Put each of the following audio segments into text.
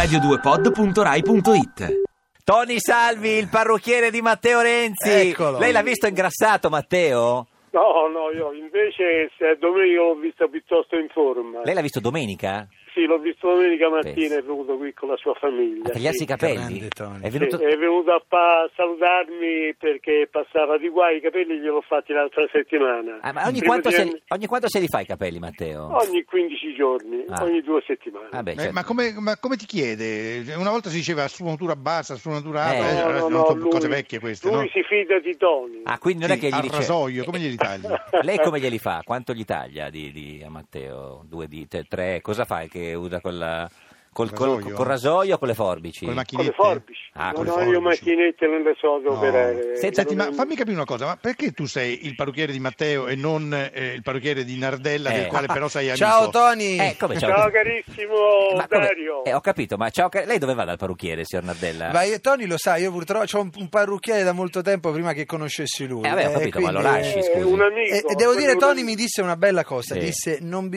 radio2pod.rai.it. Tony Salvi, il parrucchiere di Matteo Renzi. Eccolo. Lei l'ha visto ingrassato, Matteo? No, io invece domenica l'ho visto piuttosto in forma. Lei l'ha visto domenica? Sì, l'ho visto domenica mattina, è venuto qui con la sua famiglia. A tagliarsi sì. i capelli? Grande Tony. È venuto... Sì, è venuto a salutarmi perché passava di qua, i capelli gliel'ho fatti l'altra settimana. Ah, ma ogni Prima quanto, di ogni quanto se li fa i capelli, Matteo? Ogni 15 giorni, Ah. ogni 2 settimane. Vabbè, certo. Ma come ti chiede? Una volta si diceva sfumatura bassa, sfumatura alta, No, adesso non so, cose vecchie queste, lui no? si fida di Tony. Ah, quindi non è Sì, che gli al dice... rasoio, come glieli tagli? Lei come glieli fa? Quanto gli taglia a Matteo? 2 dita, 3? Cosa fa? Che usa col rasoio o con le forbici? Con le Con le macchinette? forbici. Ah, con non le ho io forbici. macchinette, non le so operare. Senti, ma fammi capire una cosa, ma perché tu sei il parrucchiere di Matteo e non il parrucchiere di Nardella, del quale però sei amico? Ciao Tony. Come Ciao carissimo Ma come? Dario. Ho capito, ma ciao, lei dove va dal parrucchiere, signor Nardella? Tony lo sa, io purtroppo ho un parrucchiere da molto tempo prima che conoscessi lui. Vabbè, ho capito, ma lo lasci, È scusi. un amico. E devo dire, quello- Tony mi disse una bella cosa, Sì. disse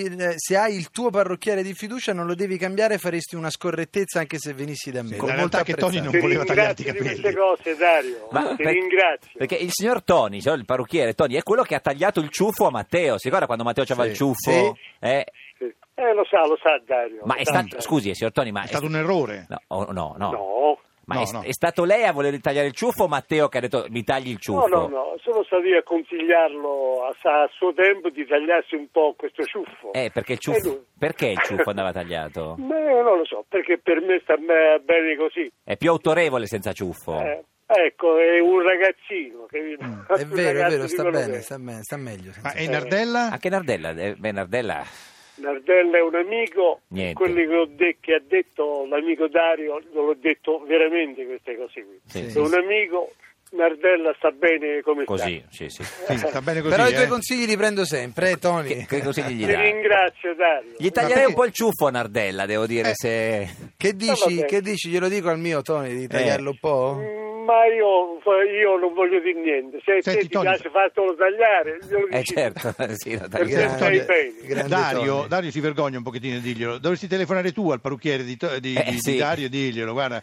se hai il tuo parrucchiere di fiducia non lo devi cambiare, faresti una scorrettezza anche se venissi da me. Con la realtà che Tony non Ti voleva tagliarti i ringrazio di capelli. queste cose, Dario. Ti ringrazio. Perché il signor Tony, cioè il parrucchiere Tony, è quello che ha tagliato il ciuffo a Matteo. Si ricorda quando Matteo aveva Sì, il ciuffo? sì. Sì. Lo sa Dario. Ma lo è sa, stato, Dario. scusi, signor Tony, ma È stato un errore. No. No. Ma No, no. è stato lei a voler tagliare il ciuffo o Matteo che ha detto mi tagli il ciuffo? No, sono stato io a consigliarlo a suo tempo di tagliarsi un po' questo ciuffo. Perché il E ciuffo, lui? perché il ciuffo andava tagliato? Non lo so, perché per me sta bene così. È più autorevole senza ciuffo. Ecco, è un ragazzino. Che È vero, sta bene, sta meglio. Ma e Nardella? Anche Nardella, Nardella... Nardella è un amico, Niente. quelli che ha detto l'amico Dario, l'ho detto veramente queste cose qui. Sì, È sì, un sì. amico, Nardella sta bene come Così, sta. sì. Sì, sta bene così, Però i tuoi consigli li prendo sempre, Tony. Che consigli gli Ti dai? ringrazio Dario. Gli taglierei perché- un po' il ciuffo a Nardella, devo dire, se... Che dici? vabbè. Che dici? Glielo dico al mio Tony di tagliarlo un po'? Ma io non voglio dire niente. Se Senti, ti Tony, piace fatelo tagliare, glielo dici. certo, sì, lo Perché taglierei. stai bene. Grande Dario Tony. si vergogna un pochettino di dirglielo. Dovresti telefonare tu al parrucchiere di sì. Dario e dirglielo, guarda,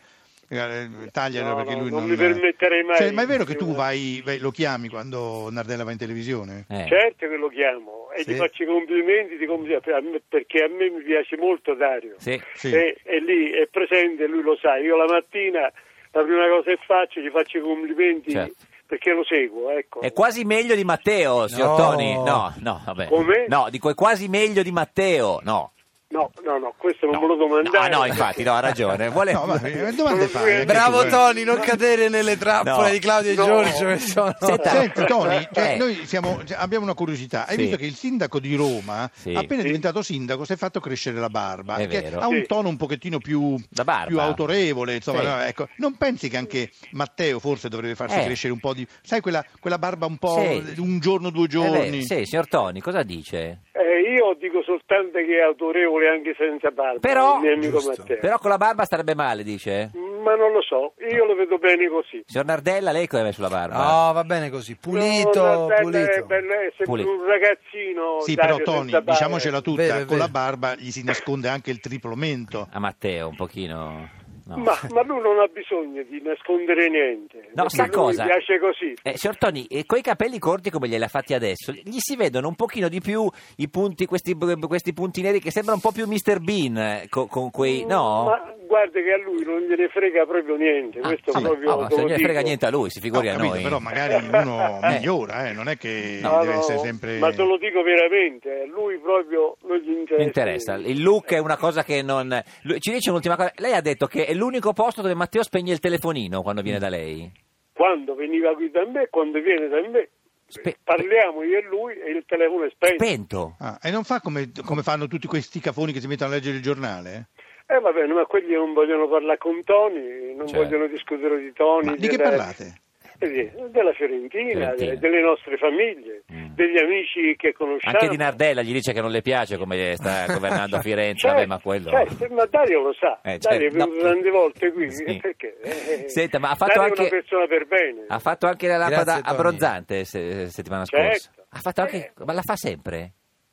taglialo No, perché no, lui non mi permetterei mai. Cioè, ma è vero che tu lo chiami quando Nardella va in televisione? Certo che lo chiamo e Sì. ti faccio i complimenti perché a me mi piace molto Dario. Sì. Sì. E lì è presente, lui lo sa. Io la mattina la prima cosa che faccio gli faccio i complimenti Certo. perché lo seguo, ecco. È quasi meglio di Matteo, signor No. Tony. No, vabbè. Come? No, dico è quasi meglio di Matteo. No. No, questo non me lo domandare. No, infatti, no, ha ragione. Vuole... No, ma domande fai? Che Bravo tu- Tony, non cadere nelle trappole No. di Claudio e No. Giorgio che sono... Senta- Senti Tony, Eh. noi abbiamo una curiosità. Hai Sì. visto che il sindaco di Roma, Sì. appena diventato sindaco, si è fatto crescere la barba, È che vero. ha un Sì. tono un pochettino più Da barba. più autorevole, insomma, Sì. no, ecco. Non pensi che anche Matteo forse dovrebbe farsi crescere un po' di, sai, quella barba un po' Sì. un giorno, 2 È vero. giorni? Sì, signor Tony, cosa dice? Io dico soltanto che è autorevole anche senza barba, Però- il mio amico Giusto. Matteo. Però con la barba starebbe male, dice? Ma non lo so, io lo vedo bene così. Signor Nardella, lei come è sulla barba? No, va bene così, pulito, No, È pulito. sempre Pulito. un ragazzino. Sì, Dario, però Tony, senza barba. diciamocela tutta, Vero, è con la vero. barba gli si nasconde anche il triplomento. A Matteo, un pochino... No. Ma lui non ha bisogno di nascondere niente. No, perché sa lui cosa? Mi piace così. Signor Tony, coi capelli corti come glieli ha fatti adesso, gli si vedono un pochino di più i punti, questi punti neri che sembrano un po' più Mr. Bean, con quei... No? Ma guarda che a lui non gliene frega proprio niente. Questo sì, proprio ma te se lo non gliene frega dico. niente a lui, si figuri Ho a capito, noi. però magari uno migliora, non è che deve essere sempre... Ma te lo dico veramente, lui proprio non gli interessa. Mi interessa, il look è una cosa che non... Ci dice un'ultima cosa, lei ha detto che è l'unico posto dove Matteo spegne il telefonino quando viene da lei? Quando veniva qui da me, quando viene da me, parliamo io e lui e il telefono è spento. Spento? Ah, e non fa come fanno tutti questi cafoni che si mettono a leggere il giornale? Va bene, ma quelli non vogliono parlare con Tony, non Certo. vogliono discutere di Tony. Ma di che parlate? Della Fiorentina, delle nostre famiglie, degli amici che conosciamo. Anche di Nardella gli dice che non le piace come sta governando a Firenze, Certo, vabbè, ma quello... certo, ma Dario lo sa, Certo. Dario è venuto No. tante volte qui, Sì. perché? Senta, ma ha fatto Dario anche... è una persona per bene. Ha fatto anche la lampada Grazie, Tony. abbronzante settimana scorsa. Certo. Ha fatto anche... Ma la fa sempre?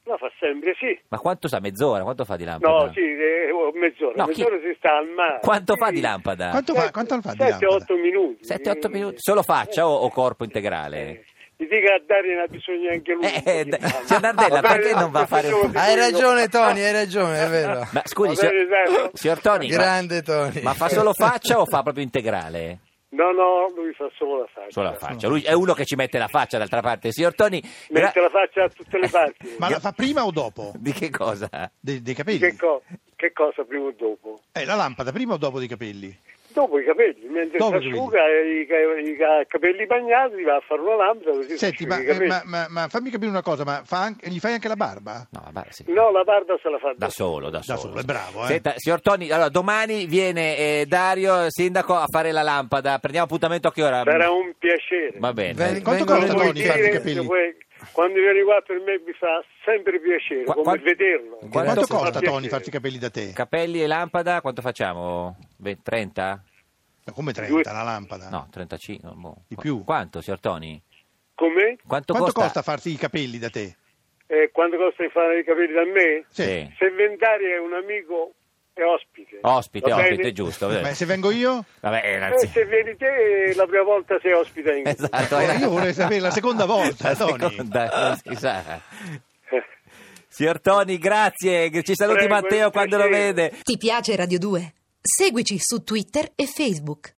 La fa sempre, sì. Ma quanto sa? Mezz'ora? Quanto fa di lampada? No, sì, mezz'ora. No, Mezz'ora si sta al mare. Quanto Sì. fa di lampada? Quanto fa di lampada? 7-8 minuti. 7-8 minuti? Solo faccia o corpo integrale? Ti dica a Dario ha bisogno anche lui. Signor Nardella, perché non va a fare... Hai ragione Tony, hai ragione, è vero. Ma scusi, signor Tony, Grande Tony. ma fa solo faccia o fa proprio integrale? No, lui fa solo la faccia. Solo la faccia. Lui è uno che ci mette la faccia, d'altra parte. Signor Tony... Mette la faccia a tutte le parti. Ma la fa prima o dopo? Di che cosa? Dei capelli? Che cosa prima o dopo? La lampada, prima o dopo dei capelli? Dopo i capelli, mentre si asciuga i capelli bagnati va a fare una lampada così. Senti, ma fammi capire una cosa, ma gli fai anche la barba? No, sì. No, la barba se la fa da solo. È bravo, Senta, signor Toni, allora domani viene Dario, sindaco, a fare la lampada. Prendiamo appuntamento a che ora? Sarà un piacere. Va bene. Quanto costa, Toni, farti i capelli? Quando vieni qua per me mi fa sempre piacere, come vederlo. Quanto costa, Toni, farti i capelli da te? Capelli e lampada, quanto facciamo? 30? Come 30 la lampada? No, 35. Di più? Quanto, signor Toni? Come? Quanto costa farti i capelli da te? Quanto costa di fare i capelli da me? Sì. Se Ventari è un amico è ospite. Ospite, giusto. Ma se vengo io? Vabbè, se vieni te la prima volta sei ospite in Esatto. Io vorrei sapere la seconda volta, Toni. Non si sa. Signor Toni, grazie. Ci saluti. Prego, Matteo quando lo vede. Ti piace Radio 2? Seguici su Twitter e Facebook.